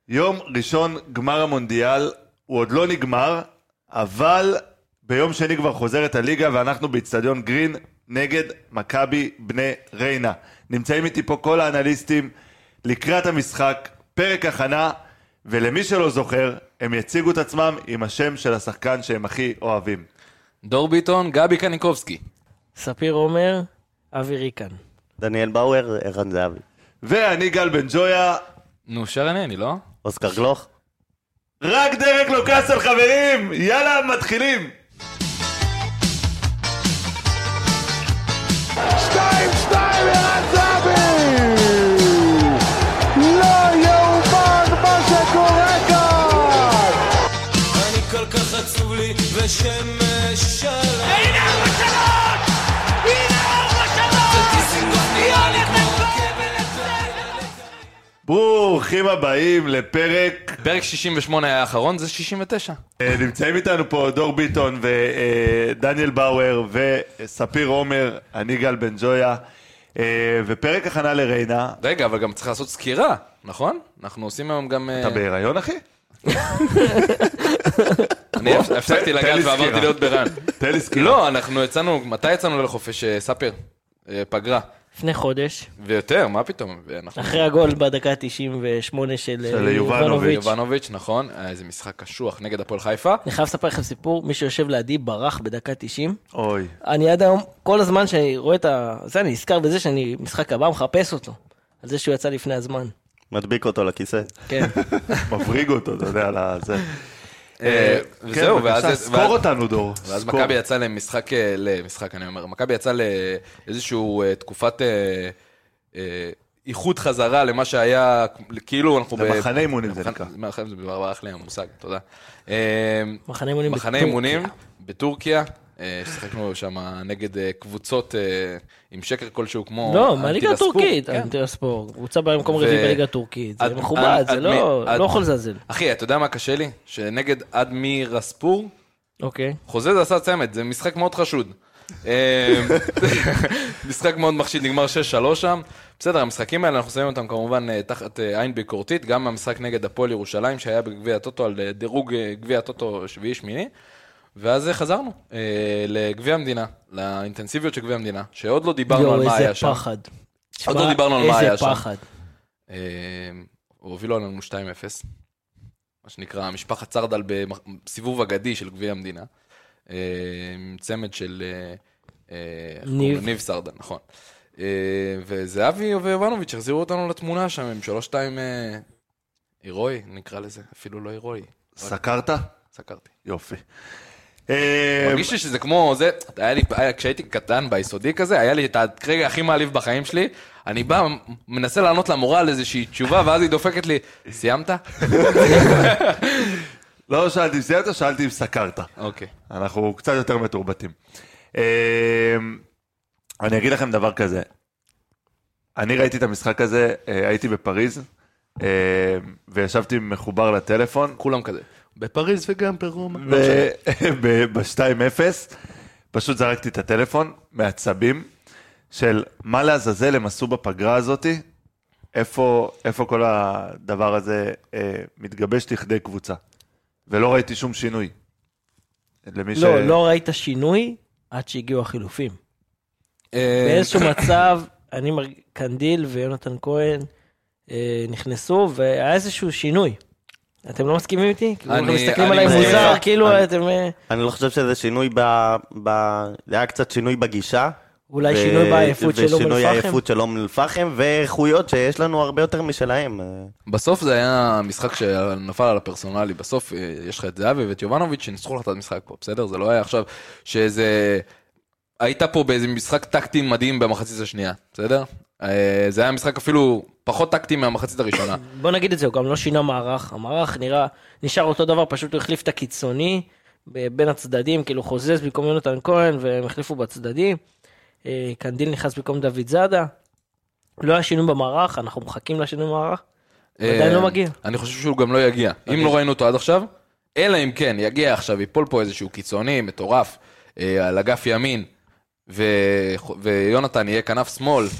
יום ראשון גמר המונדיאל, הוא עוד לא נגמר, אבל ביום שני כבר חוזרת הליגה, ואנחנו באצטדיון גרין נגד מכבי בני ריינה. נמצאים איתי פה כל האנליסטים לקראת המשחק, פרק הכנה, ולמי שלא זוכר, הם יציגו את עצמם עם השם של השחקן שהם הכי אוהבים. דור ביטון, גבי קניקובסקי. ספיר עומר, אבי ריקן. דניאל באואר, ערן זהבי. ואני גל בן ג'ויה. נו, שרן אני, לא? אוסקר גלוך. רק דרק לוקאסל, חברים! יאללה, מתחילים! 2-2 ערן זהבי! לא יאומן מה שקורה כאן! אני כל כך עצוב לי ושמש שלם. הנה 4-3! הנה 4-3! וטיסינגוף נהיה לי כמו ברוכים הבאים לפרק... פרק 68 היה האחרון, זה 69. נמצאים איתנו פה דור ביטון ודניאל באואר וספיר עומר, אני גל בן ג'ויה, ופרק הכנה לריינה. רגע, אבל גם צריך לעשות סקירה, נכון? אנחנו עושים היום גם... אתה בהיריון, אחי? אני הפסקתי לגעת ועברתי להיות ברן. תן לי סקירה. לא, אנחנו יצאנו, מתי יצאנו לחופש, ספיר? פגרה. לפני חודש. ויותר, מה פתאום? אחרי הגול בדקה 98 של יובנוביץ', נכון. איזה משחק קשוח נגד הפועל חיפה. אני חייב לספר לכם סיפור, מי שיושב לידי ברח בדקה 90. אוי. אני עד היום, כל הזמן שאני רואה את זה, אני נזכר בזה שאני משחק הבא מחפש אותו. על זה שהוא יצא לפני הזמן. מדביק אותו לכיסא. כן. מבריג אותו, אתה יודע, על זה. וזהו, סקור אותנו, דור. ואז מכבי יצא למשחק, אני אומר, מכבי יצא לאיזשהו תקופת איחוד חזרה למה שהיה, כאילו אנחנו... למחנה אימונים זה נקרא. זה ברח לי המושג, תודה. מחנה אימונים בטורקיה. שחקנו שם נגד קבוצות עם שקר כלשהו כמו... לא, מהליגה הטורקית, אנטילספור. קבוצה במקום רביעי בליגה הטורקית. זה מכובד, זה לא יכול לזלזל. אחי, אתה יודע מה קשה לי? שנגד אדמיר הספור, אוקיי. חוזה זה עשה צמד, זה משחק מאוד חשוד. משחק מאוד מחשיד, נגמר 6-3 שם. בסדר, המשחקים האלה אנחנו שמים אותם כמובן תחת עין ביקורתית, גם המשחק נגד הפועל ירושלים שהיה בגביע הטוטו על דירוג גביע הטוטו 7-8, ואז חזרנו לגביע המדינה, לאינטנסיביות של גביע המדינה, שעוד לא דיברנו על מה היה שם. איזה פחד. עוד לא דיברנו על מה היה שם. איזה פחד. הובילו עלינו 2-0, מה שנקרא משפחת צרדל בסיבוב אגדי של גביע המדינה, צמד של ניב סרדל, נכון. וזהבי ויובנוביץ' החזירו אותנו לתמונה שם עם 3-2 הירואי, נקרא לזה, אפילו לא הירואי. סקרת? סקרתי. יופי. מרגיש לי שזה כמו זה, כשהייתי קטן ביסודי כזה, היה לי את הרגע הכי מעליב בחיים שלי, אני בא, מנסה לענות למורה על איזושהי תשובה, ואז היא דופקת לי, סיימת? לא שאלתי אם סיימת, שאלתי אם סקרת. אוקיי. אנחנו קצת יותר מתורבתים. אני אגיד לכם דבר כזה, אני ראיתי את המשחק הזה, הייתי בפריז, וישבתי מחובר לטלפון. כולם כזה. בפריז וגם ברומא. ב-2-0, פשוט זרקתי את הטלפון מעצבים, של מה לעזאזל הם עשו בפגרה הזאת, איפה כל הדבר הזה מתגבש לכדי קבוצה. ולא ראיתי שום שינוי. לא ראית שינוי עד שהגיעו החילופים. באיזשהו מצב, קנדיל ויונתן כהן נכנסו, והיה איזשהו שינוי. אתם לא מסכימים איתי? אתם מסתכלים עליי מוזר, כאילו אתם... אני לא חושב שזה שינוי זה היה קצת שינוי בגישה. אולי שינוי בעייפות של אום אל-פחם. ושינוי העייפות של אום אל-פחם, ואיכויות שיש לנו הרבה יותר משלהם. בסוף זה היה משחק שנפל על הפרסונלי. בסוף יש לך את זהבי ואת יובנוביץ' שניסחו לך את המשחק פה, בסדר? זה לא היה עכשיו שזה... היית פה באיזה משחק טקטי מדהים במחצית השנייה, בסדר? זה היה משחק אפילו פחות טקטי מהמחצית הראשונה. בוא נגיד את זה, הוא גם לא שינה מערך. המערך נשאר אותו דבר, פשוט הוא החליף את הקיצוני בין הצדדים, כאילו חוזז במקום יונתן כהן, והם החליפו בצדדים. קנדיל נכנס במקום דוד זאדה. לא היה שינוי במערך, אנחנו מחכים לשינוי במערך. עדיין לא מגיע. אני חושב שהוא גם לא יגיע. אם לא ראינו אותו עד עכשיו, אלא אם כן יגיע עכשיו, ייפול פה איזשהו קיצוני, מטורף, על אגף ימין, ויונתן יהיה כנף שמאל,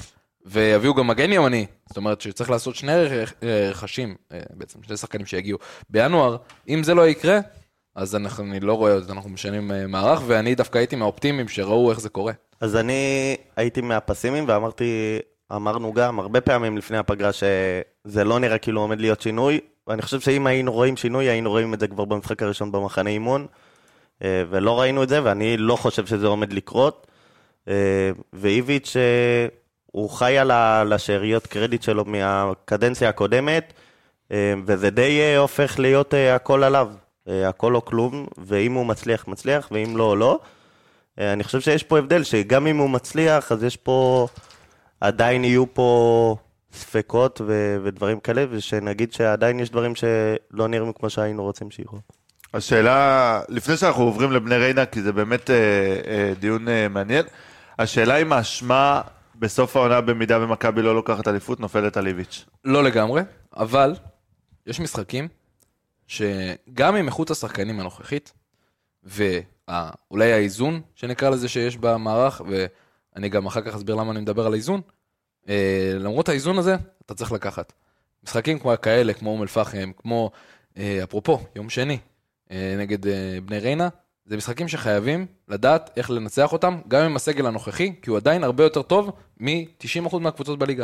ויביאו גם מגן ימני, זאת אומרת שצריך לעשות שני רכשים, בעצם שני שחקנים שיגיעו בינואר, אם זה לא יקרה, אז אני לא רואה את זה, אנחנו משנים מערך, ואני דווקא הייתי מהאופטימיים שראו איך זה קורה. אז אני הייתי מהפסימים אמרנו גם הרבה פעמים לפני הפגרה שזה לא נראה כאילו עומד להיות שינוי, ואני חושב שאם היינו רואים שינוי, היינו רואים את זה כבר במשחק הראשון במחנה אימון, ולא ראינו את זה, ואני לא חושב שזה עומד לקרות, ואיביץ' הוא חי על השאריות קרדיט שלו מהקדנציה הקודמת, וזה די הופך להיות הכל עליו, הכל או כלום, ואם הוא מצליח, מצליח, ואם לא, לא. אני חושב שיש פה הבדל, שגם אם הוא מצליח, אז יש פה, עדיין יהיו פה ספקות ודברים כאלה, ושנגיד שעדיין יש דברים שלא נראים כמו שהיינו רוצים שיראו. השאלה, לפני שאנחנו עוברים לבני ריינה, כי זה באמת דיון מעניין, השאלה אם האשמה בסוף העונה במידה ומכבי לא לוקחת אליפות, נופלת על איביץ'. לא לגמרי, אבל יש משחקים שגם עם איכות השחקנים הנוכחית, ואולי האיזון שנקרא לזה שיש במערך, ואני גם אחר כך אסביר למה אני מדבר על האיזון, למרות האיזון הזה, אתה צריך לקחת. משחקים כמו כאלה, כמו אום אל-פחם, כמו, אפרופו, יום שני, נגד בני ריינה, זה משחקים שחייבים לדעת איך לנצח אותם, גם עם הסגל הנוכחי, כי הוא עדיין הרבה יותר טוב מ-90% מהקבוצות בליגה.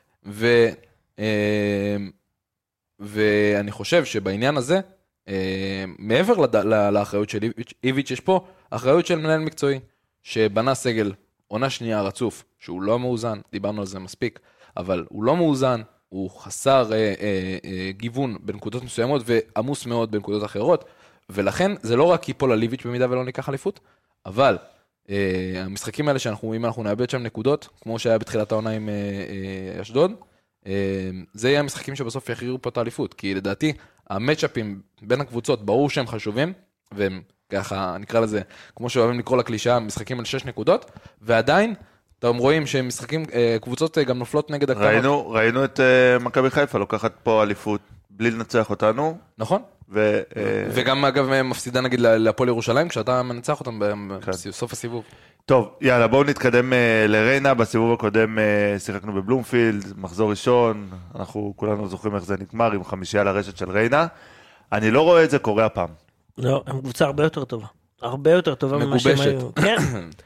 ואני חושב שבעניין הזה, מעבר לאחריות של איביץ' יש פה אחריות של מנהל מקצועי, שבנה סגל עונה שנייה רצוף, שהוא לא מאוזן, דיברנו על זה מספיק, אבל הוא לא מאוזן, הוא חסר גיוון בנקודות מסוימות, ועמוס מאוד בנקודות אחרות, ולכן זה לא רק ייפול על איביץ' במידה ולא ניקח אליפות, אבל המשחקים האלה אם אנחנו נאבד שם נקודות, כמו שהיה בתחילת העונה עם אשדוד, זה יהיה המשחקים שבסוף יכריעו פה את האליפות, כי לדעתי המאצ'אפים בין הקבוצות ברור שהם חשובים, והם ככה נקרא לזה, כמו שאוהבים לקרוא לקלישה, משחקים על 6 נקודות, ועדיין אתם רואים שמשחקים, קבוצות גם נופלות נגד הקטנות. ראינו את מכבי חיפה לוקחת פה אליפות בלי לנצח אותנו. נכון. וגם אגב מפסידה נגיד להפועל ירושלים, כשאתה מנצח אותם בסוף הסיבוב. טוב, יאללה, בואו נתקדם לריינה. בסיבוב הקודם שיחקנו בבלומפילד, מחזור ראשון, אנחנו כולנו זוכרים איך זה נגמר, עם 5 על הרשת של ריינה. אני לא רואה את זה קורה הפעם. לא, הם קבוצה הרבה יותר טובה. הרבה יותר טובה ממה שהם היו. כן.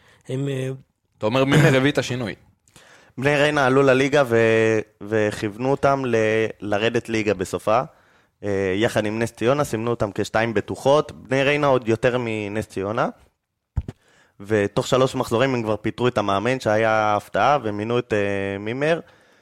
אתה אומר מי מרביא את השינוי? בני ריינה עלו לליגה וכיוונו אותם לרדת ליגה בסופה. יחד עם נס ציונה, סימנו אותם כ2 בטוחות. בני ריינה עוד יותר מנס ציונה. ותוך 3 מחזורים הם כבר פיתרו את המאמן שהיה הפתעה, ומינו את מימר.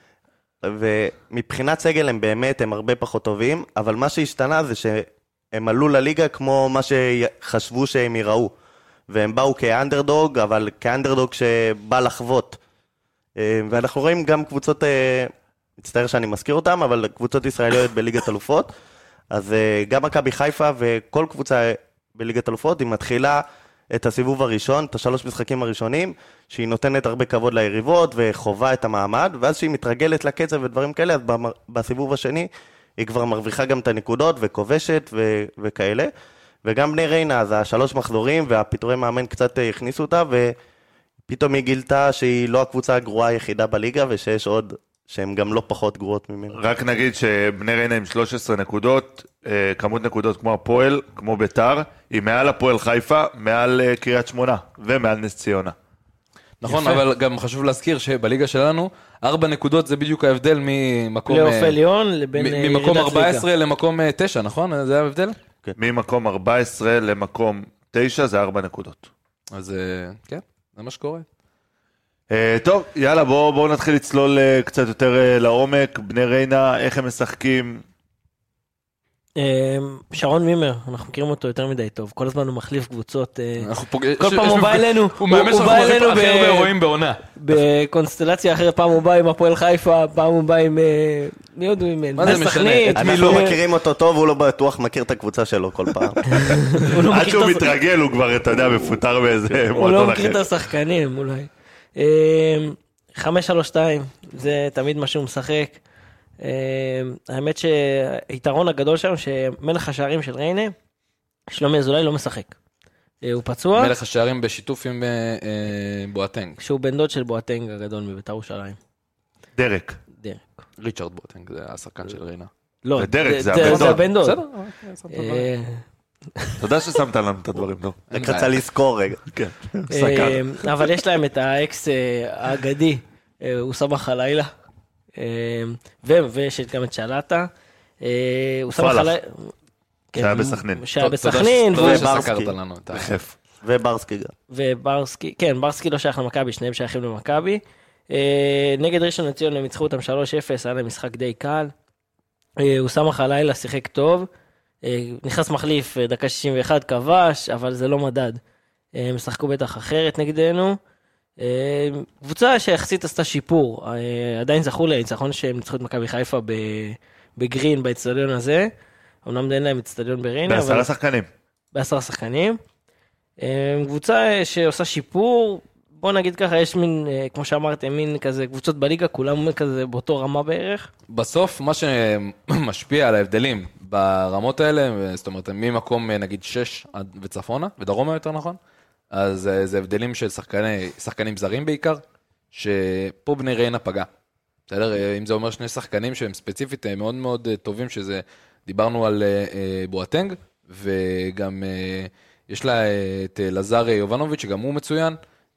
ומבחינת סגל הם הרבה פחות טובים, אבל מה שהשתנה זה שהם עלו לליגה כמו מה שחשבו שהם יראו. והם באו כאנדרדוג, אבל כאנדרדוג שבא לחוות. ואנחנו רואים גם קבוצות, מצטער שאני מזכיר אותם, אבל קבוצות ישראליות בליגת אלופות. אז גם מכבי חיפה וכל קבוצה בליגת אלופות, היא מתחילה את הסיבוב הראשון, את 3 משחקים הראשונים, שהיא נותנת הרבה כבוד ליריבות וחובה את המעמד, ואז שהיא מתרגלת לקצב ודברים כאלה, אז בסיבוב השני היא כבר מרוויחה גם את הנקודות וכובשת וכאלה. וגם בני ריינה, אז 3 מחזורים והפיטורי מאמן קצת הכניסו אותה, ופתאום היא גילתה שהיא לא הקבוצה הגרועה היחידה בליגה, ושיש עוד שהן גם לא פחות גרועות ממנו. רק נגיד שבני ריינה עם 13 נקודות, כמות נקודות כמו הפועל, כמו ביתר, היא מעל הפועל חיפה, מעל קריית שמונה, ומעל נס ציונה. נכון, אבל גם חשוב להזכיר שבליגה שלנו, 4 נקודות זה בדיוק ההבדל ממקום... פלייאוף עליון לבין ירידת ליגה. ממקום 14 למקום 9, נכון? זה ההבדל? כן. ממקום 14 למקום 9 זה 4 נקודות. אז כן, זה מה שקורה. טוב, יאללה, בואו נתחיל לצלול קצת יותר לעומק. בני ריינה, איך הם משחקים? שרון מימר, אנחנו מכירים אותו יותר מדי טוב, כל הזמן הוא מחליף קבוצות, כל פעם הוא בא אלינו, הוא מאמן שאנחנו מחליף הכי הרבה אירועים בעונה. בקונסטלציה אחרת, פעם הוא בא עם הפועל חיפה, פעם הוא בא עם, מי עוד הוא עם, מה זה משנה? אנחנו מכירים אותו טוב, הוא לא בטוח מכיר את הקבוצה שלו כל פעם. עד שהוא מתרגל, הוא כבר, אתה יודע, מפוטר באיזה מועדון אחר. הוא לא מכיר את השחקנים, אולי. 5-3-2, זה תמיד מה שהוא משחק. האמת שהיתרון הגדול שלנו שמלך השערים של ריינה, שלומי אזולאי לא משחק. הוא פצוע. מלך השערים בשיתוף עם בואטנג. שהוא בן דוד של בואטנג הגדול מבית"ר ירושלים. דרק. דרק. ריצ'רד בוטנג, זה השחקן של ריינה. לא, ודרק, זה הבן דוד. הבן דוד. בסדר? תודה ששמת לנו את הדברים, לא. רק רצה לזכור רגע. כן, סקר. אבל יש להם את האקס האגדי, אוסאמה חלילה, ויש גם את שלטה. אוסאמה פלח. חלילה... שהיה בסכנין. שהיה בסכנין. תודה וברסקי. שסקרת לנו את ה... בכיף. וברסקי גם. וברסקי, כן, ברסקי לא שייך למכבי, שניהם שייכים למכבי. נגד ראשון לציון הם ניצחו אותם 3-0, היה להם משחק די קל. אוסאמה חלילה שיחק טוב, נכנס מחליף דקה 61, כבש, אבל זה לא מדד. הם שחקו בטח אחרת נגדנו. קבוצה שיחסית עשתה שיפור, עדיין זכו לניצחון שהם ניצחו את מכבי חיפה בגרין, באצטדיון הזה. אמנם אין להם אצטדיון בריינה. ב10 שחקנים. ב10 שחקנים. קבוצה שעושה שיפור, בוא נגיד ככה, יש מין, כמו שאמרתם, מין כזה קבוצות בליגה, כולם כזה באותו רמה בערך. בסוף, מה שמשפיע על ההבדלים ברמות האלה, זאת אומרת, ממקום נגיד 6 וצפונה, ודרומה יותר נכון, אז זה הבדלים של שחקנים זרים בעיקר, שפה בני ריינה פגע. בסדר? אם זה אומר שני שחקנים שהם ספציפית מאוד מאוד טובים, שזה, דיברנו על בואטנג, וגם יש לה את לזר יובנוביץ', שגם הוא מצוין,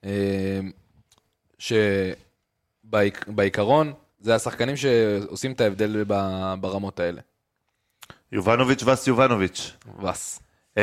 שבעיקרון זה השחקנים שעושים את ההבדל ברמות האלה. יובנוביץ' וס יובנוביץ'. וס.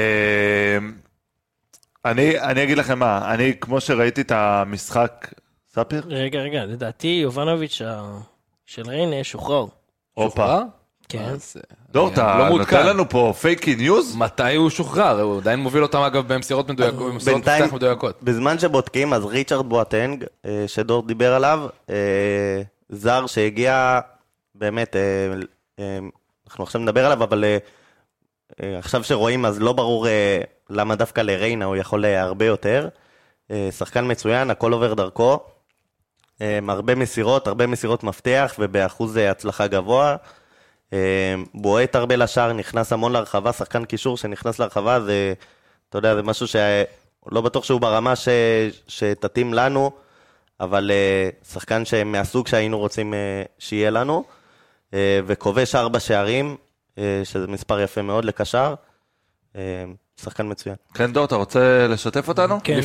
אני אגיד לכם מה, אני כמו שראיתי את המשחק, ספיר? רגע, לדעתי יובנוביץ' של ריינה שוחרר. אופה. כן. דור, אתה נותן לנו פה פייקי ניוז? מתי הוא שוחרר? הוא עדיין מוביל אותם אגב במסירות מדויקות, במסירות מפתח מדויקות. בזמן שבודקים, אז ריצ'רד בואטנג, שדור דיבר עליו, זר שהגיע, באמת, אנחנו עכשיו נדבר עליו, אבל עכשיו שרואים, אז לא ברור למה דווקא לריינה הוא יכול הרבה יותר. שחקן מצוין, הכל עובר דרכו. הרבה מסירות מפתח, ובאחוז הצלחה גבוה. בועט הרבה לשער, נכנס המון להרחבה, שחקן קישור שנכנס להרחבה, זה, אתה יודע, זה משהו שלא בטוח שהוא ברמה שתתאים לנו, אבל שחקן מהסוג שהיינו רוצים שיהיה לנו, וכובש 4 שערים, שזה מספר יפה מאוד לקשר, שחקן מצוין. כן, דור, אתה רוצה לשתף אותנו? כן.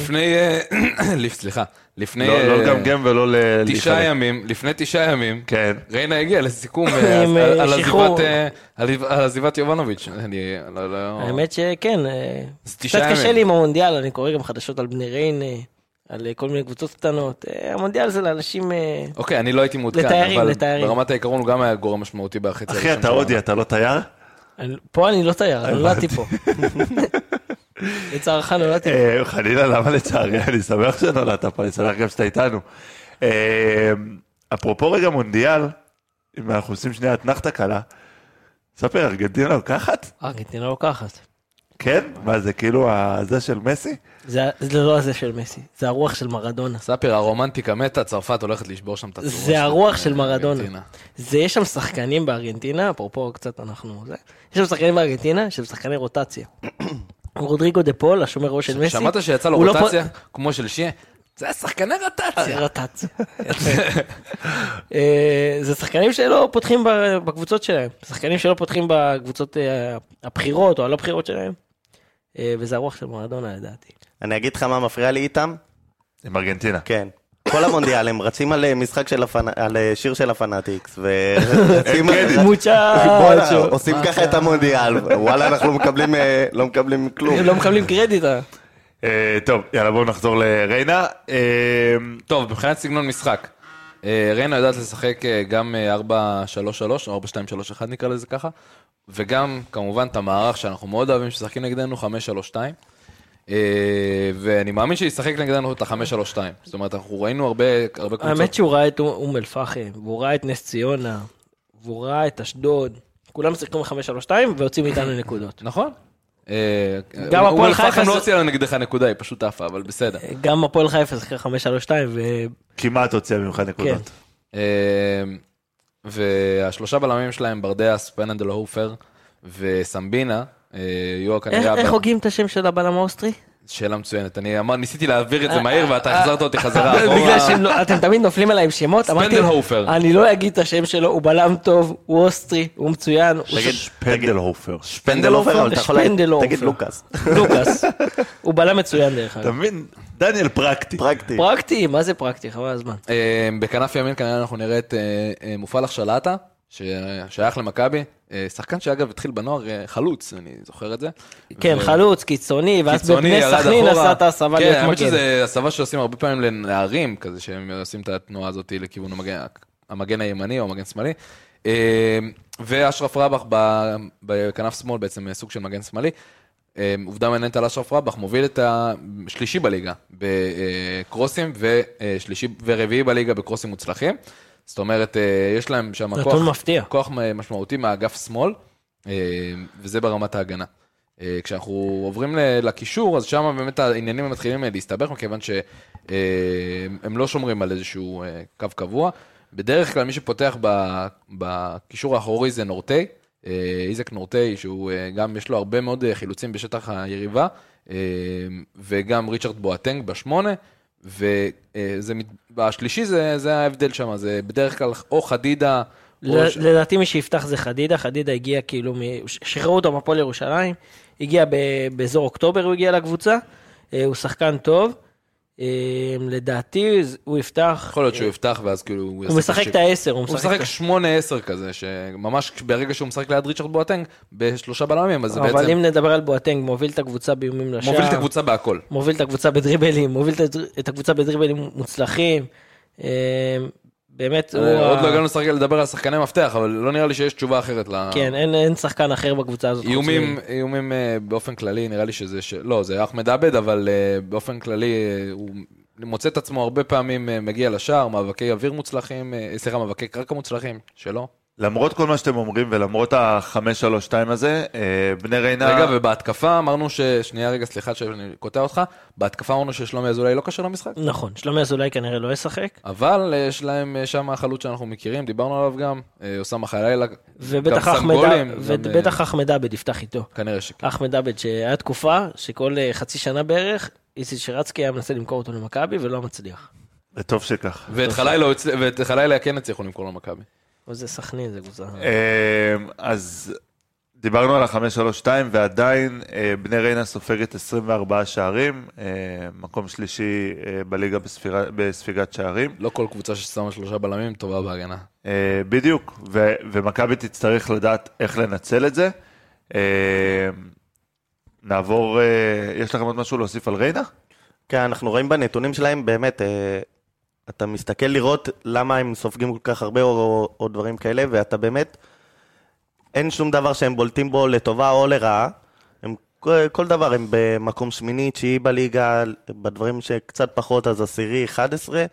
לפני לא לגמגם ולא לפני 9 ימים, כן. ריינה הגיע לסיכום על עזיבת יובנוביץ'. האמת שכן, קצת קשה לי עם המונדיאל, אני קורא גם חדשות על בני ריינה, על כל מיני קבוצות קטנות. המונדיאל זה לאנשים... אוקיי, אני לא הייתי מעודכן, אבל ברמת העיקרון הוא גם היה גורם משמעותי בחצי הראשון. אחי, אתה הודי, אתה לא תייר? פה אני לא תייר, אני נולדתי פה. לצערך נולדתי פה. חלילה, למה לצערי? אני שמח שנולדת פה, אני שמח גם שאתה איתנו. אפרופו רגע מונדיאל, אם אנחנו עושים שנייה אתנחתה קלה, ספר, ארגנטינה לוקחת? ארגנטינה לוקחת. כן? מה זה, כאילו הזה של מסי? זה לא הזה של מסי, זה הרוח של מרדונה. ספר, הרומנטיקה מתה, צרפת הולכת לשבור שם את הצורה. זה הרוח של מרדונה. יש שם שחקנים בארגנטינה, אפרופו קצת אנחנו... יש שם שחקנים בארגנטינה, שהם שחקני רוטציה. רודריגו דה פול, השומר ראש של מסי. שמעת שיצא לו רוטציה, כמו של שיה? זה היה שחקני רוטציה. רוטציה. זה שחקנים שלא פותחים בקבוצות שלהם. שחקנים שלא פותחים בקבוצות הבחירות או הלא בחירות שלהם. וזה הרוח של מרדונה לדעתי. אני אגיד לך מה מפריע לי איתם? עם ארגנטינה. כן. כל המונדיאל, הם רצים על משחק על שיר של הפנאטיקס, עושים ככה את המונדיאל, וואלה, אנחנו לא מקבלים כלום. לא מקבלים קרדיט. טוב, יאללה, בואו נחזור לריינה. טוב, מבחינת סגנון משחק, ריינה יודעת לשחק גם 4-3-3, או 4-2-3-1 נקרא לזה ככה, וגם כמובן את המערך שאנחנו מאוד אוהבים ששחקים נגדנו, 5-3-2, ואני מאמין שישחק נגדנו את ה-5-3-2, זאת אומרת, אנחנו ראינו הרבה קבוצות. האמת שהוא ראה את אום אל-פחם, והוא ראה את נס ציונה, והוא ראה את אשדוד, כולם שיחקו מ-5-3-2 והוצאים איתנו נקודות. נכון. גם הפועל חיפה... הם לא הוציאה נגדך נקודה, היא פשוט עפה, אבל בסדר. גם הפועל חיפה שיחקה 5-3-2 כמעט הוציאה ממך נקודות. והשלושה בלמים שלהם, ברדאס, פרננדל הופר וסמבינה, יהיו כנראה... איך הוגים את השם של הבלם האוסטרי? שאלה מצוינת. ניסיתי להעביר את זה מהיר, ואתה החזרת אותי חזרה. בגלל שאתם תמיד נופלים עליי עם שמות, אמרתי, ספנדלהופר. אני לא אגיד את השם שלו, הוא בלם טוב, הוא אוסטרי, הוא מצוין. פנדלהופר. ספנדלהופר? תגיד לוקאס. לוקאס. הוא בלם מצוין דרך אגב. אתה מבין? דניאל פרקטי. פרקטי, מה זה פרקטי? חבל הזמן. בכנף ימין כנראה אנחנו נראה את מופלח שלטה, ששייך למכבי. שחקן שאגב התחיל בנוער חלוץ, אני זוכר את זה. כן, חלוץ, קיצוני, ואז בבני סכנין עשה את ההסבה להיות מגן. כן, האמת שזה מגן. הסבה שעושים הרבה פעמים לנערים, כזה שהם עושים את התנועה הזאת לכיוון המגן הימני או המגן שמאלי. ואשרף רבח בכנף שמאל, בעצם סוג של מגן שמאלי. עובדה מעניינת על אשרף רבח, מוביל את השלישי בליגה בקרוסים, ורביעי בליגה בקרוסים מוצלחים. זאת אומרת, יש להם שם כוח משמעותי מהאגף שמאל, וזה ברמת ההגנה. כשאנחנו עוברים לקישור, אז שם באמת העניינים מתחילים להסתבך, מכיוון שהם לא שומרים על איזשהו קו קבוע. בדרך כלל מי שפותח בקישור האחורי זה נורטי, איזק נורטי, שהוא גם יש לו הרבה מאוד חילוצים בשטח היריבה, וגם ריצ'רד בואטנג בשמונה, והשלישי זה ההבדל שם, זה בדרך כלל או חדידה, לדעתי מי שיפתח זה חדידה, חדידה הגיע כאילו, שחררו אותו מהפועל ירושלים, הגיע באזור אוקטובר, הוא הגיע לקבוצה, הוא שחקן טוב, לדעתי הוא יפתח, יכול להיות שהוא יפתח ואז כאילו הוא משחק את ה-10, הוא משחק 8-10 כזה, שממש ברגע שהוא משחק ליד ריצ'רד בואטנג בשלושה בלמים, אז בעצם... אבל אם נדבר על בואטנג, מוביל את הקבוצה באיומים לשער, מוביל את הקבוצה בהכל, מוביל את הקבוצה בדריבלים, מוביל את הקבוצה בדריבלים מוצלחים, באמת עוד לא הגענו לדבר על שחקני מפתח, אבל לא נראה לי שיש תשובה אחרת. כן, אין שחקן אחר בקבוצה הזאת. איומים באופן כללי, נראה לי שזה, לא, זה אחמד עבד, אבל באופן כללי הוא מוצא את עצמו הרבה פעמים מגיע לשער, מאבקי אוויר מוצלחים, מאבקי קרקע מוצלחים, שלא. למרות כל מה שאתם אומרים, ולמרות ה-5-3-2 הזה, בני ריינה... רגע, ובהתקפה אמרנו שנייה רגע, סליחה שאני קוטע אותך, בהתקפה אמרנו ששלומי אזולאי לא קשר למשחק? נכון, שלומי אזולאי כנראה לא ישחק. אבל יש להם שם החלוץ שאנחנו מכירים, דיברנו עליו גם, אוסאמה חלילה, ובטח אחמד עבד יפתח איתו. כנראה שכן. אחמד עבד שהיה תקופה שכל חצי שנה בערך, איציק שרצקי היה מנסה למכור אותו למכבי ולא מצליח. וטוב שכך. ואת חלילה כן הצליחו למכור למכבי. וזה סכנין, זה גוזר. אז דיברנו על ה-5-3-2, ועדיין בני ריינה סופגת 24 שערים, מקום שלישי בליגה בספיגת שערים. לא כל קבוצה ששמה 3 בלמים טובה בהגנה. בדיוק, ומכבי תצטרך לדעת איך לנצל את זה. נעבור, יש לכם עוד משהו להוסיף על ריינה? כן, אנחנו רואים בנתונים שלהם באמת... אתה מסתכל לראות למה הם סופגים כל כך הרבה או דברים כאלה, ואתה באמת, אין שום דבר שהם בולטים בו לטובה או לרעה. כל דבר הם במקום שמיני, 9 בליגה, בדברים שקצת פחות, אז 10, 11.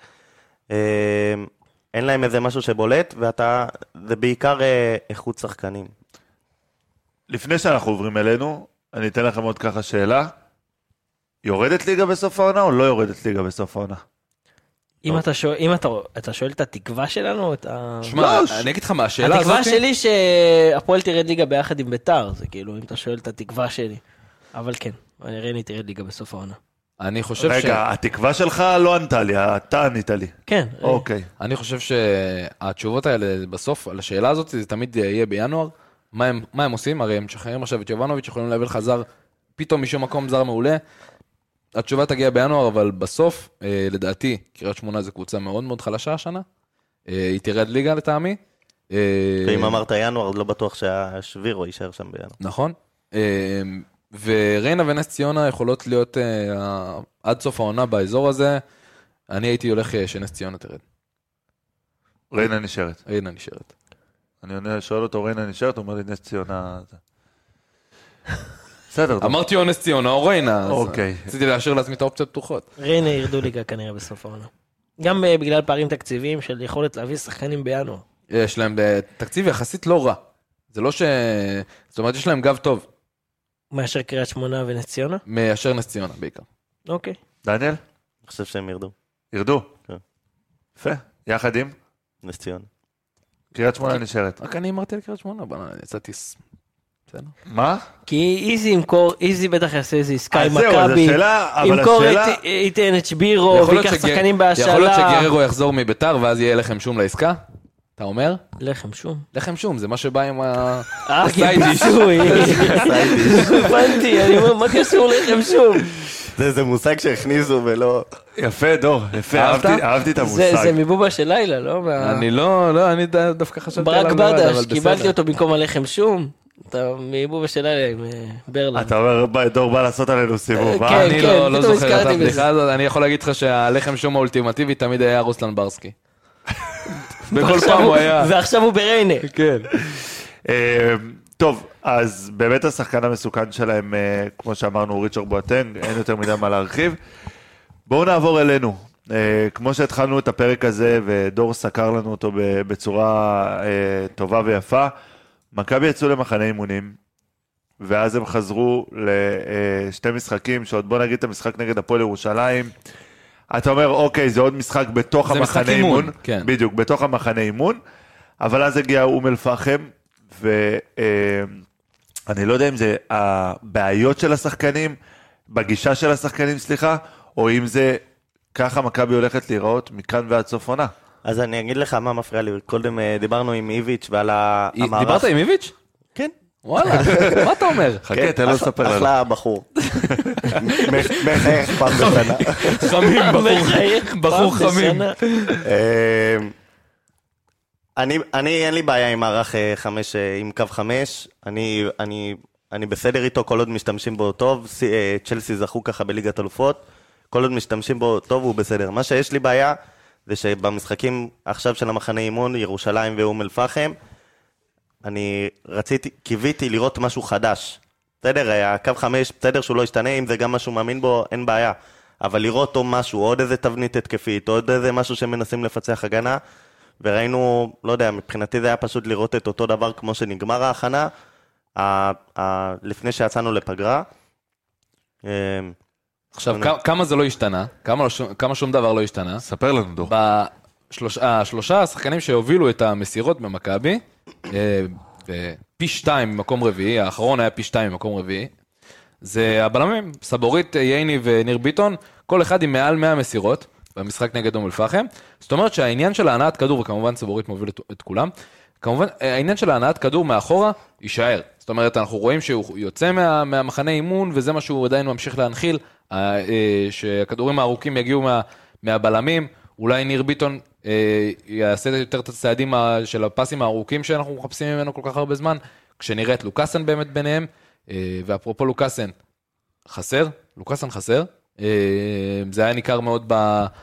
אין להם איזה משהו שבולט, זה בעיקר איכות שחקנים. לפני שאנחנו עוברים אלינו, אני אתן לכם עוד ככה שאלה. יורדת ליגה בסוף העונה או לא יורדת ליגה בסוף העונה? אם אתה שואל את התקווה שלנו, שמע, אני אגיד לך מה, השאלה הזאת... התקווה שלי שהפועל תרד ליגה ביחד עם ביתר, זה כאילו, אם אתה שואל את התקווה שלי. אבל כן, אני ריינה תרד ליגה בסוף העונה. אני חושב רגע, התקווה שלך לא ענתה לי, אתה ענית לי. כן. אוקיי. אני חושב שהתשובות האלה בסוף, על השאלה הזאת, זה תמיד יהיה בינואר. מה הם עושים? הרי הם משחררים עכשיו את יובנוביץ', יכולים להביא לך זר, פתאום משום מקום זר מעולה. התשובה תגיע בינואר, אבל בסוף, לדעתי, קריית שמונה זו קבוצה מאוד מאוד חלשה השנה. היא תרד ליגה לטעמי. ואם אמרת ינואר, לא בטוח שהשבירו יישאר שם בינואר. נכון. וריינה ונס ציונה יכולות להיות עד סוף העונה באזור הזה. אני הייתי הולך שנס ציונה תרד. ריינה נשארת. ריינה נשארת. אני שואל אותו, ריינה נשארת, הוא אומר לי נס ציונה... בסדר. אמרתי או נס ציונה או ריינה. אוקיי. רציתי להשאיר לעצמי את האופציות פתוחות. ריינה ירדו ליגה כנראה בסוף העונה. גם בגלל פערים תקציביים של יכולת להביא שחקנים בינואר. יש להם תקציב יחסית לא רע. זה לא ש... זאת אומרת, יש להם גב טוב. מאשר קריית שמונה ונס ציונה? מאשר נס ציונה בעיקר. אוקיי. דניאל? אני חושב שהם ירדו. ירדו? כן. יפה. יחד עם? נס ציונה. קריית שמונה נשארת. רק אני אמרתי על קריית שמונה, יצאתי מה? כי איזי ימכור, איזי בטח יעשה איזה עסקה עם אז זהו, אז מכבי, השאלה, אבל ימכור השאלה... ייתן את שבירו, ויקח שחקנים בהשאלה. יכול להיות שגררו יחזור מביתר, ואז יהיה לחם שום לעסקה? אתה אומר? לחם שום. לחם שום, זה מה שבא עם הסיידיש. הבנתי, אני אומר, מה קשור לחם שום? זה מושג שהכניסו ולא... יפה, דור, יפה, אהבתי את המושג. זה מבובה של לילה, לא? אני לא, אני דווקא חשבתי עליו. ברק בדש, קיבלתי אותו במקום הלחם שום. אתה מבובה של לילה עם ברלנד. אתה אומר, דור בא לעשות עלינו סיבוב, כן, אני לא פתאום זוכר את הזכרתי הבדיחה בזה. הזאת, אני יכול להגיד לך שהלחם שום האולטימטיבי תמיד היה רוסלן ברסקי. בכל פעם הוא היה... ועכשיו הוא בריינה. כן. טוב, אז באמת השחקן המסוכן שלהם, כמו שאמרנו, הוא ריצ'רד בואטנג, אין יותר מדי מה להרחיב. בואו נעבור אלינו. כמו שהתחלנו את הפרק הזה, ודור סקר לנו אותו בצורה טובה ויפה, מכבי יצאו למחנה אימונים, ואז הם חזרו לשתי משחקים, שעוד בוא נגיד את המשחק נגד הפועל ירושלים. אתה אומר, אוקיי, זה עוד משחק בתוך המחנה אימון. כן. בדיוק, בתוך המחנה אימון. אבל אז הגיע אום אל-פחם, ואני לא יודע אם זה הבעיות של השחקנים, בגישה של השחקנים, סליחה, או אם זה ככה מכבי הולכת להיראות מכאן ועד סוף עונה. אז אני אגיד לך מה מפריע לי. קודם דיברנו עם איביץ' ועל המערך. דיברת עם איביץ'? כן. וואלה, מה אתה אומר? חכה, תן לו לספר לנו. אחלה בחור. מחייך פעם בשנה. חמים, בחור חמים. אני אין לי בעיה עם מערך 5, עם קו 5. אני בסדר איתו, כל עוד משתמשים בו טוב. צ'לסי זכו ככה בליגת אלופות. כל עוד משתמשים בו טוב הוא בסדר. מה שיש לי בעיה זה שבמשחקים עכשיו של המחנה אימון, ירושלים ואום אל-פחם, אני קיוויתי לראות משהו חדש. בסדר, הקו 5, בסדר שהוא לא ישתנה, אם זה גם משהו מאמין בו, אין בעיה. אבל לראות אותו משהו, עוד איזה תבנית התקפית, עוד איזה משהו שמנסים לפצח הגנה, וראינו, לא יודע, מבחינתי זה היה פשוט לראות את אותו דבר כמו שנגמר ההכנה, לפני שיצאנו לפגרה. עכשיו, כמה זה לא השתנה? כמה שום דבר לא השתנה? ספר לנו, דור. שלושה השחקנים שהובילו את המסירות במכבי, פי 2 ממקום רביעי, האחרון היה פי 2 ממקום רביעי, זה הבלמים, סבורית, ייני וניר ביטון, כל אחד עם מעל 100 מסירות במשחק נגד אום אל-פחם. זאת אומרת שהעניין של ההנעת כדור, וכמובן סבורית מוביל את כולם, כמובן העניין של ההנעת כדור מאחורה יישאר. זאת אומרת, אנחנו רואים שהוא יוצא מהמחנה אימון, וזה מה שהוא עדיין ממשיך להנחיל, שהכדורים הארוכים יגיעו מהבלמים, אולי ניר ביטון יעשה יותר את הצעדים של הפסים הארוכים שאנחנו מחפשים ממנו כל כך הרבה זמן, כשנראה את לוקאסן באמת ביניהם, ואפרופו לוקאסן, לוקאסן חסר, זה היה ניכר מאוד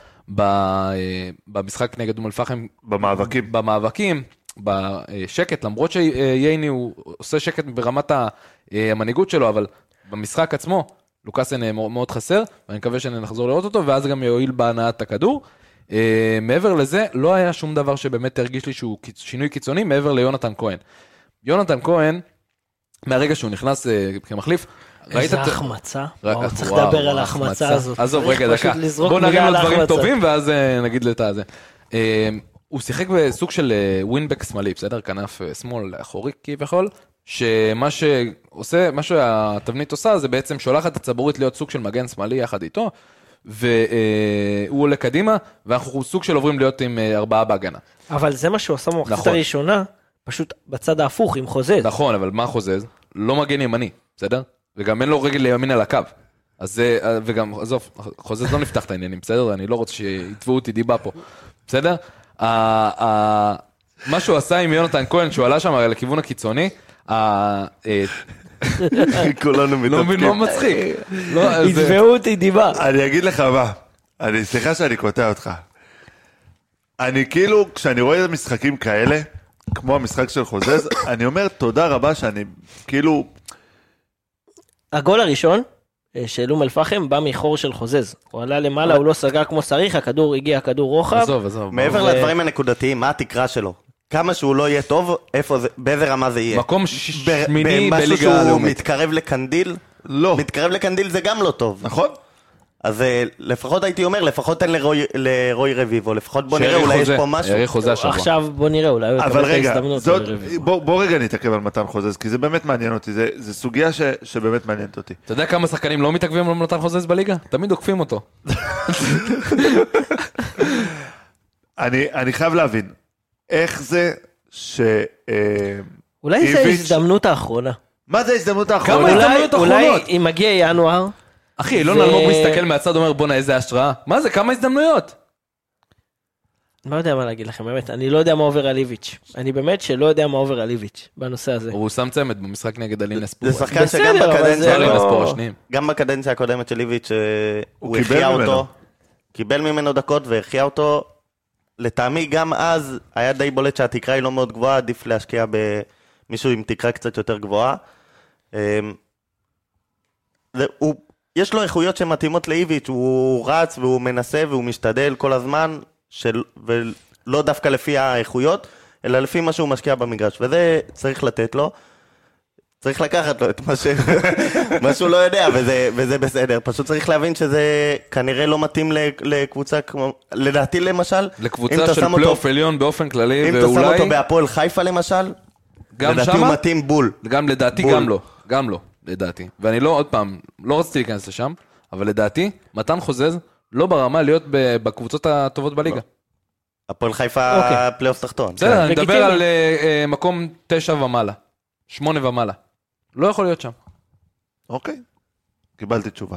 במשחק נגד אום אל-פחם, במאבקים, בשקט, למרות שייני הוא עושה שקט ברמת המנהיגות שלו, אבל במשחק עצמו, לוקאסן מאוד חסר, ואני מקווה שנחזור לראות אותו, ואז גם יועיל בהנעת הכדור. מעבר לזה, לא היה שום דבר שבאמת הרגיש לי שהוא שינוי קיצוני, מעבר ליונתן כהן. יונתן כהן, מהרגע שהוא נכנס כמחליף, איזה החמצה. צריך לדבר על ההחמצה הזאת. עזוב, רגע, דקה. בוא נרים לו דברים טובים, ואז נגיד לתה זה. הוא שיחק בסוג של ווינבק שמאלי, בסדר? כנף שמאל אחורי כביכול, שמה שעושה, מה שהתבנית עושה, זה בעצם שולחת את סבורית להיות סוג של מגן שמאלי יחד איתו, והוא עולה קדימה, ואנחנו סוג של עוברים להיות עם 4 בהגנה. אבל זה מה שהוא עשה במחצית הראשונה, פשוט בצד ההפוך, עם חוזז. נכון, אבל מה חוזז? לא מגן ימני, בסדר? וגם אין לו רגל לימין על הקו. אז זה, וגם, עזוב, חוזז לא נפתח את העניינים, בסדר? אני לא רוצה שיתבעו אותי דיבה פה, בסדר? מה שהוא עשה עם יונתן כהן, שהוא עלה שם לכיוון הקיצוני, כולנו מתעסקים. לא מבין מה מצחיק. יתבעו אותי דיבה. אני אגיד לך מה, סליחה שאני קוטע אותך. אני כאילו, כשאני רואה משחקים כאלה, כמו המשחק של חוזז, אני אומר תודה רבה שאני כאילו... הגול הראשון של אום אל-פחם בא מחור של חוזז. הוא עלה למעלה, הוא לא סגר כמו שריך, הגיע כדור רוחב. עזוב. מעבר לדברים הנקודתיים, מה התקרה שלו? כמה שהוא לא יהיה טוב, באיזה רמה זה יהיה? מקום שמיני במשהו בליגה שהוא הלאומית. מתקרב לקנדיל? לא. מתקרב לקנדיל זה גם לא טוב. נכון? אז לפחות הייתי אומר, לפחות תן לרוי רביבו, לפחות בוא נראה, אולי יש פה משהו. ירי חוזה השבוע. עכשיו בוא נראה, אולי הוא אבל יקבל את רגע, ההזדמנות. בוא רגע נתעכב על מתן חוזז, כי זה באמת מעניין אותי, זה סוגיה שבאמת מעניינת אותי. אתה יודע כמה שחקנים לא מתעכבים על מתן חוזז בליגה? תמיד עוקפים אותו. אני חייב להבין, איך זה אולי זה ההזדמנות האחרונה. מה זה ההזדמנות האחרונה? כמה הזדמנויות אולי אחרונות? אם מגיע ינואר, אחי, אילון אלמוג מסתכל מהצד, אומר בוא איזה השראה. מה זה, כמה הזדמנויות? לא יודע מה להגיד לכם, באמת, אני לא יודע מה עובר על איביץ'. אני באמת שלא יודע מה עובר על איביץ' בנושא הזה. הוא שם צמד במשחק נגד אלין אספור. זה שחקן שגם בסדר, אבל זה בקדנציה, לא- גם בקדנציה הקודמת של איביץ', הוא קיבל הכריע ממנו. אותו, קיבל ממנו דקות והכריע אותו. לטעמי גם אז היה די בולט שהתקרה היא לא מאוד גבוהה, עדיף להשקיע במישהו עם תקרה קצת יותר גבוהה. יש לו איכויות שמתאימות לאיביץ', הוא רץ והוא מנסה והוא משתדל כל הזמן, ולא דווקא לפי האיכויות, אלא לפי מה שהוא משקיע במגרש, וזה צריך לתת לו. צריך לקחת לו את מה שהוא לא יודע, וזה בסדר. פשוט צריך להבין שזה כנראה לא מתאים לקבוצה כמו, לדעתי למשל, לקבוצה של פלייאוף עליון באופן כללי, אם אתה שם אותו בהפועל חיפה למשל, לדעתי הוא מתאים בול. גם לדעתי גם לא, לדעתי. ואני לא, עוד פעם, לא רציתי להיכנס לשם, אבל לדעתי, מתן חוזז לא ברמה להיות בקבוצות הטובות בליגה. הפועל חיפה פלייאוף תחתון. בסדר, אני מדבר על מקום 9 ומעלה, 8 ומעלה. לא יכול להיות שם. אוקיי, קיבלתי תשובה.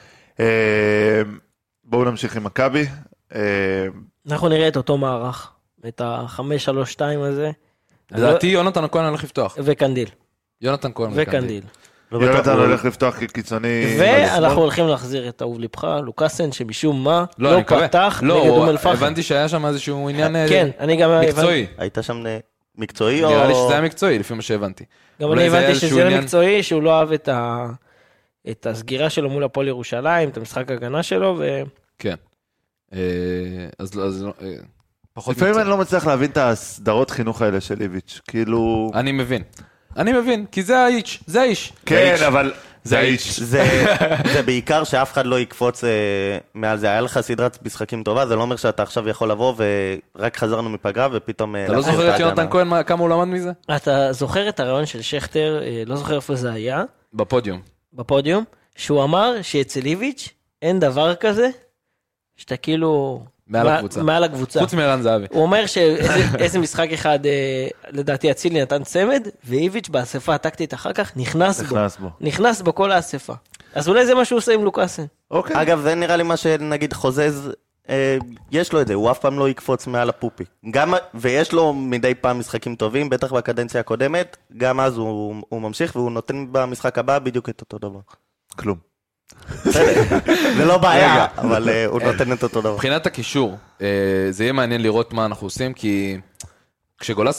בואו נמשיך עם מכבי. אנחנו נראה את אותו מערך, את ה-5-3-2 הזה. לדעתי יונתן הכהן הולך לפתוח. וקנדיל. יונתן כהן וקנדיל. יונתן הולך לפתוח כקיצוני. ואנחנו הולכים להחזיר את אהוב לבך, לוקאסן, שמשום מה לא פתח נגד אום אל-פחם. הבנתי שהיה שם איזשהו עניין כן, אני גם מקצועי. היית שם מקצועי או... נראה לי שזה היה מקצועי, לפי מה שהבנתי. גם אני הבנתי שזה היה מקצועי, שהוא לא אהב את הסגירה שלו מול הפועל ירושלים, את המשחק הגנה שלו, כן. אז פחות לפעמים אני לא מצליח להבין את הסדרות חינוך האלה של איביץ', כאילו... אני מבין, כי זה האיש, זה האיש. כן, אבל זה האיש. זה בעיקר שאף אחד לא יקפוץ מעל זה. היה לך סדרת משחקים טובה, זה לא אומר שאתה עכשיו יכול לבוא ורק חזרנו מפגרה ופתאום... אתה לא זוכר את יונתן כהן, כמה הוא למד מזה? אתה זוכר את הרעיון של שכטר, לא זוכר איפה זה היה? בפודיום, שהוא אמר שאצל איביץ' אין דבר כזה, שאתה כאילו... מעל הקבוצה. חוץ מערן זהבי. הוא אומר שאיזה משחק אחד, לדעתי אצילי נתן צמד, ואיביץ' באספה הטקטית אחר כך נכנס בו כל האספה. אז אולי זה מה שהוא עושה עם לוקאסן. אגב, זה נראה לי מה שנגיד חוזז, יש לו את זה, הוא אף פעם לא יקפוץ מעל הפופי. ויש לו מדי פעם משחקים טובים, בטח בקדנציה הקודמת, גם אז הוא ממשיך, והוא נותן במשחק הבא בדיוק את אותו דבר. כלום. זה לא בעיה, אבל הוא נותן את אותו דבר. מבחינת הקישור, זה יהיה מעניין לראות מה אנחנו עושים, כי כשגולסה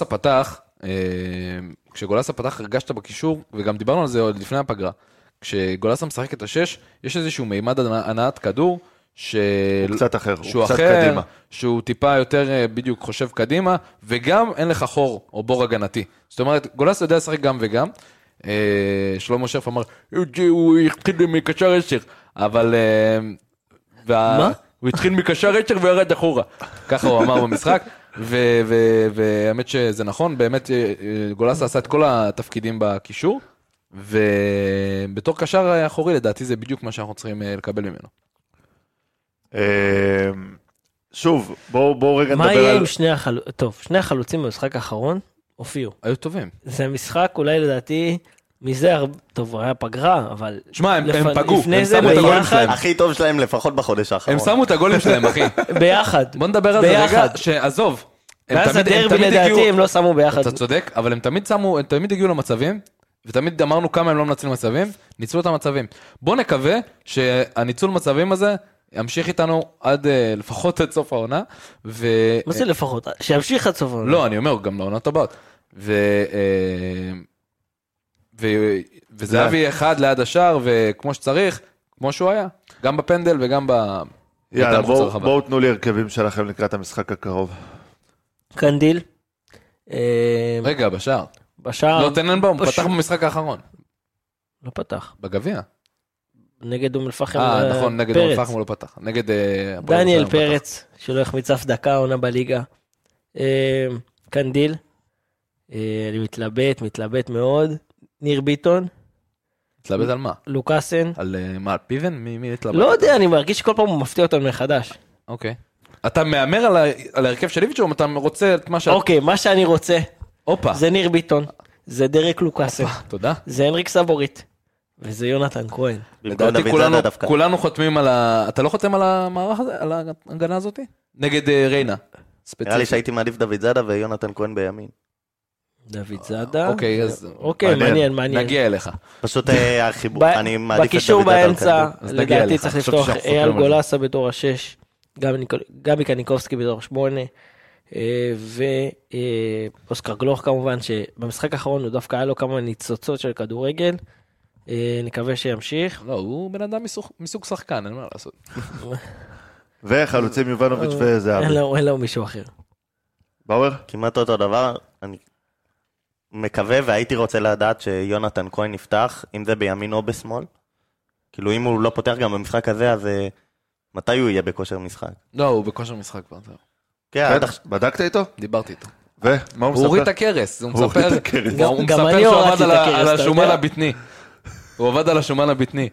פתח הרגשת בקישור, וגם דיברנו על זה עוד לפני הפגרה, כשגולסה משחק את השש, יש איזשהו מימד הנעת כדור, הוא קצת אחר, שהוא אחר, שהוא טיפה יותר בדיוק חושב קדימה, וגם אין לך חור או בור הגנתי. זאת אומרת, גולסה יודע לשחק גם וגם, שלמה שרף אמר, הוא התחיל מקשר 10, אבל... מה? הוא התחיל מקשר 10 וירד אחורה. ככה הוא אמר במשחק, והאמת שזה נכון, באמת גולסה עשה את כל התפקידים בקישור, ובתור קשר אחורי, לדעתי זה בדיוק מה שאנחנו צריכים לקבל ממנו. שוב, בואו רגע נדבר על... מה יהיה עם שני החלוצים במשחק האחרון? הופיעו. היו טובים. זה משחק אולי לדעתי, מזה טוב, היה פגרה, אבל... שמע, הם פגעו. לפני זה ביחד... הכי טוב שלהם לפחות בחודש האחרון. הם שמו את הגולים שלהם, אחי. ביחד. בוא נדבר על זה רגע, שעזוב. ואז הדרבי לדעתי הם לא שמו ביחד. אתה צודק, אבל הם תמיד הגיעו למצבים, ותמיד אמרנו כמה הם לא מנצלים מצבים, ניצלו את המצבים. בוא נקווה שהניצול מצבים הזה ימשיך איתנו עד לפחות עד סוף העונה. מה זה לפחות? שימשיך עד סוף העונה. לא, אני אומר, גם לעונות הבאות. וזהבי אחד ליד השאר, וכמו שצריך, כמו שהוא היה, גם בפנדל וגם יאללה, בואו תנו לי הרכבים שלכם לקראת המשחק הקרוב. קנדיל. רגע, בשער. בשער. לא, טננבאום, פתח במשחק האחרון. לא פתח. בגביע. נגד אום אל-פחם נכון, נגד אום אל-פחם הוא לא פתח. נגד... דניאל פרץ, שלא החמיץ אף דקה, עונה בליגה. קנדיל, אני מתלבט מאוד. ניר ביטון. מתלבט על מה? לוקאסן. על מה, על פיבן? מי מתלבט? לא יודע, אני מרגיש שכל פעם הוא מפתיע אותנו מחדש. אוקיי. אתה מאמר על ההרכב של איביץ' או אתה רוצה את מה ש... אוקיי, מה שאני רוצה, אופה. זה ניר ביטון, זה דרק לוקאסן, תודה. זה הנריק סבורית, וזה יונתן כהן. לדעתי כולנו חותמים על אתה לא חותם על המערך הזה? על ההגנה הזאת? נגד ריינה. נראה לי שהייתי מעדיף דוד זאדה ויונתן כהן בימין. דוד זאדה. אוקיי, אז... אוקיי, מעניין. נגיע אליך. פשוט החיבור, אני מעדיף את דוד בקישור זאדה. באמצע, לדעתי צריך לפתוח אייל גולסה בתור 6, גבי קניקובסקי בתור 8, ואוסקר גלוך כמובן, שבמשחק האחרון הוא דווקא היה לו כמה ניצוצות של כדורגל, נקווה שימשיך. לא, הוא בן אדם מסוג שחקן, אין מה לעשות. וחלוצים יובנוביץ' וזהבי. אין לו מישהו אחר. באואר? כמעט אותו דבר, אני מקווה והייתי רוצה לדעת שיונתן כהן יפתח, אם זה בימין או בשמאל. כאילו אם הוא לא פותח גם במשחק הזה, אז מתי הוא יהיה בכושר משחק? לא, הוא בכושר משחק כבר. כן, בדקת איתו? דיברתי איתו. ומה הוא מספר? הוא הוריד את הקרס, הוא מספר גם אני שהוא הורדתי עבד את הקרס, על אתה השומן יודע? הבטני. הוא עבד על השומן הבטני.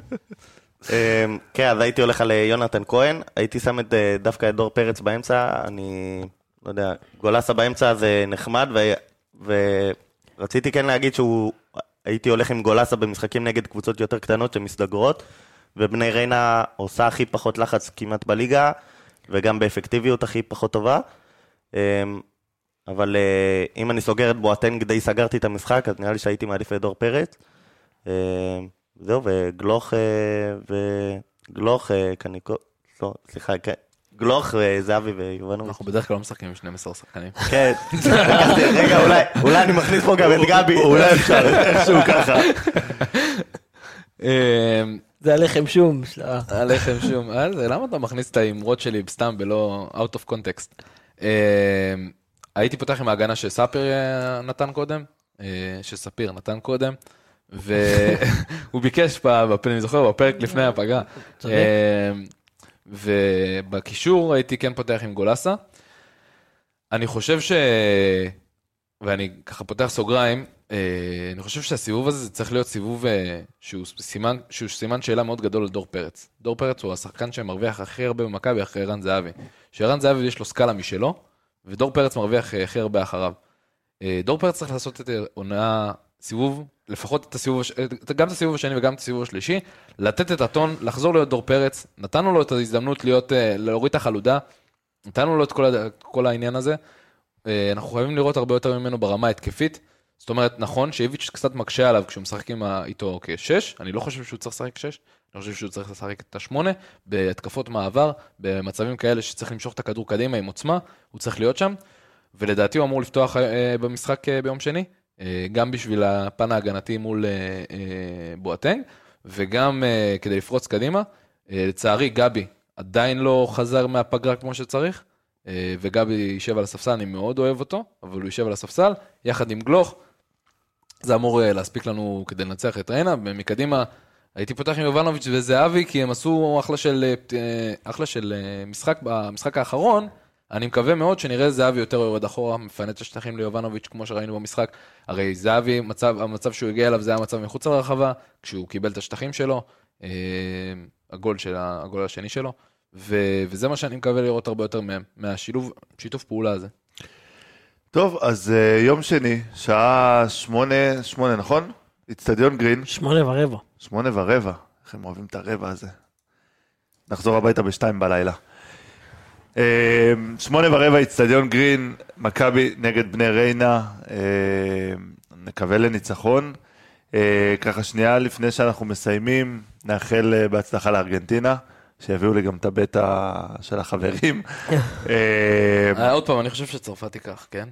כן, אז הייתי הולך על יונתן כהן, הייתי שם דווקא את דור פרץ באמצע, אני לא יודע, גולסה באמצע זה נחמד, ורציתי כן להגיד הייתי הולך עם גולסה במשחקים נגד קבוצות יותר קטנות שמסתגרות, ובני ריינה עושה הכי פחות לחץ כמעט בליגה, וגם באפקטיביות הכי פחות טובה. אבל אם אני סוגר את בועטנג די סגרתי את המשחק, אז נראה לי שהייתי מעדיף את דור פרץ. זהו, גלוך וזהבי ויובנוביץ'. אנחנו בדרך כלל לא משחקים עם 12 שחקנים. כן, רגע, אולי אני מכניס פה גם את גבי. אולי אפשר, איכשהו ככה. זה הלחם שום. הלחם שום. למה אתה מכניס את האמרות שלי סתם בלא out of context? הייתי פותח עם ההגנה שספיר נתן קודם, והוא ביקש אני זוכר, בפרק לפני הפגרה. ובקישור הייתי כן פותח עם גולסה. אני חושב ואני ככה פותח סוגריים, אני חושב שהסיבוב הזה זה צריך להיות סיבוב שהוא סימן שאלה מאוד גדול על דור פרץ. דור פרץ הוא השחקן שמרוויח הכי הרבה במכבי אחרי ערן זהבי. שערן זהבי יש לו סקאלה משלו, ודור פרץ מרוויח הכי הרבה אחריו. דור פרץ צריך לעשות את עונה סיבוב, לפחות גם את הסיבוב השני וגם את הסיבוב השלישי, לתת את הטון, לחזור להיות דור פרץ, נתנו לו את ההזדמנות להוריד את החלודה, נתנו לו את כל העניין הזה, אנחנו חייבים לראות הרבה יותר ממנו ברמה התקפית, זאת אומרת, נכון שאיביץ' קצת מקשה עליו כשהוא משחק איתו כ-6, אני לא חושב שהוא צריך לשחק 6, אני חושב שהוא צריך לשחק את 8, בהתקפות מעבר, במצבים כאלה שצריך למשוך את הכדור קדימה עם עוצמה, הוא צריך להיות שם, ולדעתי הוא אמור לפתוח במשחק ביום שני, גם בשביל הפן ההגנתי מול בועטנג, וגם כדי לפרוץ קדימה. לצערי, גבי עדיין לא חזר מהפגרה כמו שצריך, וגבי יישב על הספסל, אני מאוד אוהב אותו, אבל הוא יישב על הספסל, יחד עם גלוך, זה אמור להספיק לנו כדי לנצח את ריינה, ומקדימה הייתי פותח עם יובנוביץ' וזהבי, כי הם עשו אחלה של משחק במשחק האחרון, אני מקווה מאוד שנראה זהבי יותר יורד אחורה, מפנה את השטחים ליובנוביץ' כמו שראינו במשחק, הרי זהבי, המצב שהוא הגיע אליו זה היה מצב מחוץ לרחבה, כשהוא קיבל את השטחים שלו, הגול השני שלו, וזה מה שאני מקווה לראות הרבה יותר מהם, שיתוף פעולה הזה. טוב, אז יום שני, שעה 8, נכון? אצטדיון גרין. 8:15. 8:15, איך הם אוהבים את הרבע הזה. נחזור הביתה ב2 בלילה. 8:15, אצטדיון גרין, מכבי נגד בני ריינה, נקווה לניצחון. ככה שנייה לפני שאנחנו מסיימים, נאחל בהצלחה לארגנטינה, שיביאו לי גם את הבטא של החברים. עוד פעם, אני חושב שצרפת תיקח, כן?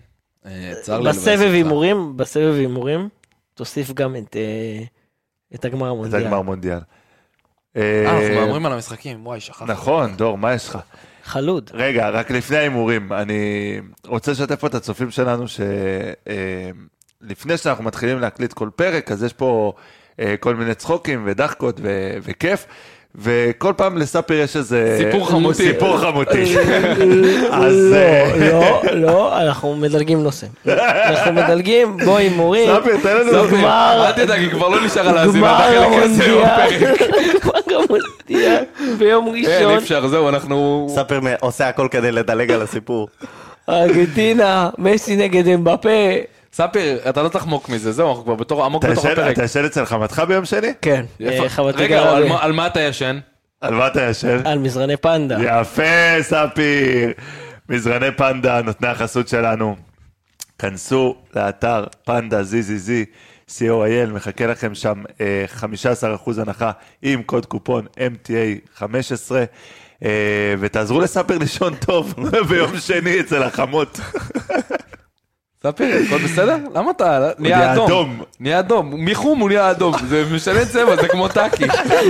בסבב הימורים, תוסיף גם את הגמר המונדיאל. את הגמר המונדיאל. אנחנו מאמרים על המשחקים, וואי, שכח. נכון, דור, מה יש לך? חלוד. רגע, רק לפני ההימורים, אני רוצה לשתף פה את הצופים שלנו, שלפני שאנחנו מתחילים להקליט כל פרק, אז יש פה כל מיני צחוקים ודחקות וכיף, וכל פעם לספר יש איזה... סיפור חמותי. סיפור חמותי. אז... לא, אנחנו מדלגים נושא. אנחנו מדלגים, בוא הימורים. ספר, תן לנו... גמר... אל תדאג, היא כבר לא נשאר על האזימה. גמר בחלק הזה המונדיאל. בפרק. גמר המונדיאל. ביום אין, ראשון. אי אפשר, זהו, אנחנו... ספר עושה הכל כדי לדלג על הסיפור. ארגנטינה, מסי נגד אמבפה. ספיר, אתה לא תחמוק מזה, זהו, אנחנו כבר עמוק בתוך הפרק. אתה ישן אצל חמתך ביום שני? כן, איפה- חמתי רגע, גרה על מה אתה ישן? על מה אתה ישן? על מזרני פנדה. יפה, ספיר. מזרני פנדה, נותני החסות שלנו. כנסו לאתר פנדה זיזיזי, co.il, מחכה לכם שם 15% הנחה עם קוד קופון MTA 15, ותעזרו לספיר לישון טוב ביום שני אצל החמות. ספיר, הכל בסדר? למה אתה נהיה נהיה אדום? אדום. נהיה אדום. מחום הוא נהיה אדום, זה משנה צבע, זה כמו טאקי.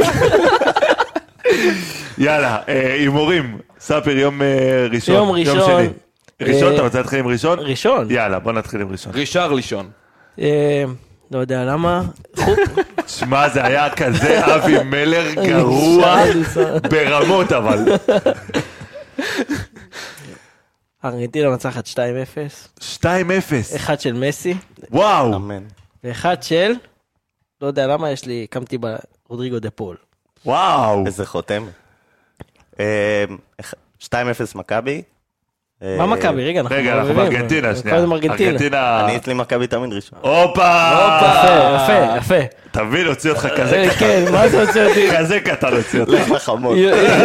יאללה, הימורים. ספיר, יום ראשון. יום ראשון. שני. ראשון, אתה רוצה להתחיל עם ראשון? ראשון. יאללה, בוא נתחיל עם ראשון. רישר לישון. לא יודע למה. שמע, זה היה כזה אבי מלר גרוע ברמות, אבל. ארגנטינה מנצחת 2-0. 2-0. אחד של מסי, וואו. אמן. ואחד של, לא יודע למה, קמתי ברודריגו דה פול. וואו. איזה חותם. 2-0 מכבי. מה מכבי? רגע, אנחנו רגע, אנחנו מערבבים. בארגנטינה, שנייה. קודם ארגנטינה. אני אצלי מכבי תמיד ראשון. הופה. יפה. תבין, הוציא אותך כזה קטן. כן, מה זה הוציא אותי? כזה קטן הוציא אותך. לך לחמות.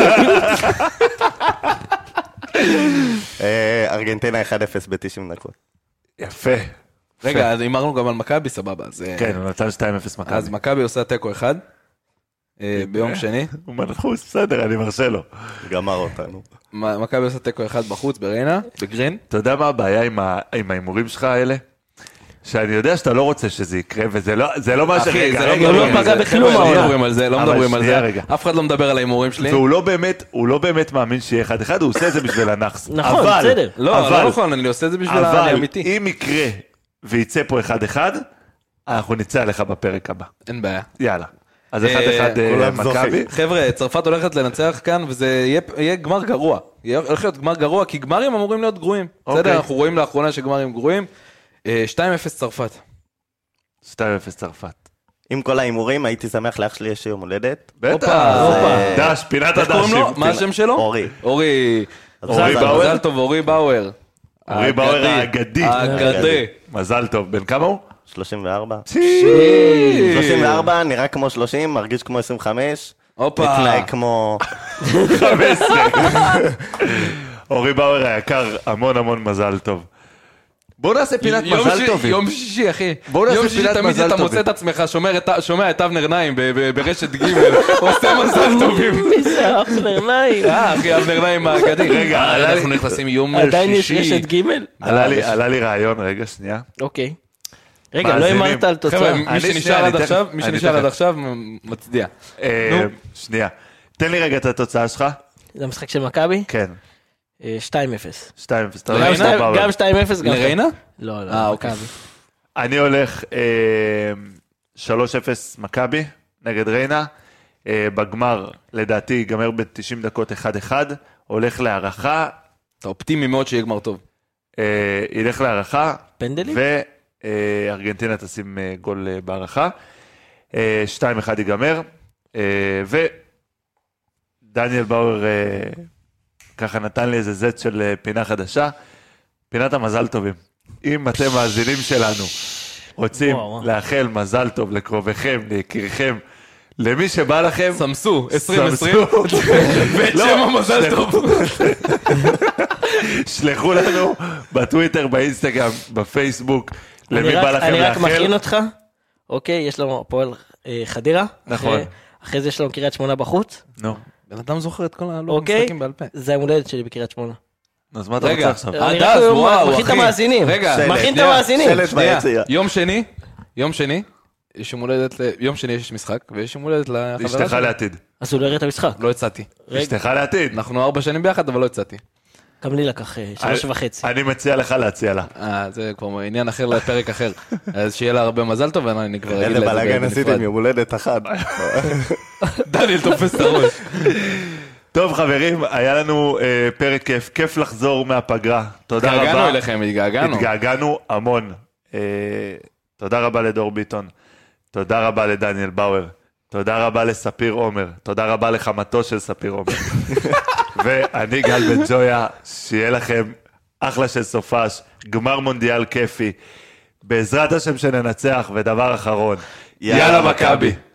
ארגנטינה 1-0 ב-90 דקות. יפה. רגע, אז הימרנו גם על מכבי, סבבה. אז, כן, הוא נתן 2-0 מכבי. אז מכבי עושה תיקו אחד, ביום שני. הוא מנחוס, בסדר, אני מרשה לו. גמר אותנו. מכבי עושה תיקו אחד בחוץ, בריינה, בגרין. אתה יודע מה הבעיה עם ההימורים שלך האלה? שאני יודע שאתה לא רוצה שזה יקרה, וזה לא מה אחי, זה רגע, לא לא פגע בכלום חבר'ה, לא העונה. מדברים על זה, לא אבל מדברים על שנייה, זה. רגע. אף אחד לא מדבר על ההימורים שלי. והוא לא באמת מאמין שיהיה 1-1, הוא עושה את זה בשביל הנאחס. נכון, אבל- בסדר. לא, לא נכון, אני עושה את זה בשביל אבל האמיתי. אם יקרה ויצא פה 1-1, אנחנו נצא עליך בפרק הבא. אין בעיה. יאללה. אז 1-1 כולם מכבי. זוכים. חבר'ה, צרפת הולכת לנצח כאן, וזה יהיה גמר גרוע. הולך להיות גמר גרוע, כי גמרים אמורים להיות גרועים. אוקיי. בסדר, אנחנו רואים לאחרונה שגמרים גרועים. 2-0 צרפת. 2-0 צרפת. עם כל ההימורים, הייתי שמח לאח שלי יש יום הולדת. בטח. הופה. דש, פינת איך קוראים לו? הדשים. מה השם שלו? אורי. אורי. אורי באואר? מזל טוב, אורי באואר. אורי באואר האגדי. האגדי. מזל טוב. בן כמה הוא? 34. צ'י. 34, נראה כמו 30, מרגיש כמו 25. הופה. מתנהג כמו... 15. אורי באואר היקר, המון מזל טוב. בואו נעשה פינת מזל טובים. יום שישי, אחי. בואו נעשה יום שישי פינת תמיד מזל אתה מוצא טובים. את עצמך, שומע את אבנר נעים ברשת ג' עושה מזל טובים. מי זה אבנר נעים? אחי, אבנר נעים האגדי. רגע, עלה לי- אנחנו נכנסים יום עדיין יש שישי. רשת ג'? עלה לי רעיון, רגע, שנייה. אוקיי. רגע, לא מאזינים. אמרת על חבר'ה, תוצאה. מי אני שנשאר שנייה, עד אני עכשיו, תכף- מי אני שנשאר עד תכף. עכשיו, מצדיע. שנייה. תן לי רגע את התוצאה שלך. זה המשחק של מכבי? כן. 2-0. 2-0. אתה לריינה? הולך גם באואר. 2-0. גם לריינה? לא, לא. אוקיי. מכבי. אני הולך 3-0 מכבי נגד ריינה. בגמר, לדעתי, ייגמר ב-90 דקות 1-1. הולך להערכה. אתה אופטימי מאוד שיהיה גמר טוב. ילך להערכה. פנדלים? וארגנטינה תשים גול בהערכה. 2-1 ייגמר. ודניאל באואר ככה נתן לי איזה זט של פינה חדשה. פינת המזל טובים. אם אתם מאזינים שלנו רוצים וואו. לאחל לאחל מזל טוב לקרוביכם, ליקיריכם, למי שבא לכם, סמסו, 2020. סמסו. ואת לא, שם המזל שלחו- טוב. שלחו לנו בטוויטר, באינסטגרם, בפייסבוק, למי בא לכם אני רק מכין לאחל. אותך. אוקיי, יש לנו הפועל חדרה. נכון. אחרי זה יש לנו קריית שמונה בחוץ. נו, בן אדם זוכר את כל אוקיי? המשחקים בעל פה. זה היום הולדת שלי בקריית שמונה. אז מה אתה רוצה רגע, עכשיו? אני עד רק אז, וואו, מכין את אחי. המאזינים. רגע, מכין את שנייה, המאזינים. שלט שנייה, ביציע. יום שני, יש יום הולדת, יום שני יש משחק, ויש יום הולדת לחברה אשתך לעתיד. אז הוא לא יראה את המשחק. לא הצעתי. רגע. אשתך לעתיד. אנחנו 4 שנים ביחד, אבל לא הצעתי. גם לי לקח 3.5. אני מציע לך להציע לה. זה כבר עניין אחר לפרק אחר. אז שיהיה לה הרבה מזל טוב, ואני כבר אגיד איזה בלגן עשיתם, יום הולדת אחד. דניאל תופס את הראש. טוב חברים, היה לנו פרק כיף, כיף לחזור מהפגרה. תודה רבה. התגעגענו אליכם, התגעגענו. התגעגענו המון. תודה רבה לדור ביטון. תודה רבה לדניאל באואר. תודה רבה לספיר עומר. תודה רבה לחמתו של ספיר עומר. ואני גל בן ג'ויה, שיהיה לכם אחלה של סופש, גמר מונדיאל כיפי. בעזרת השם שננצח, ודבר אחרון. יאללה מכבי.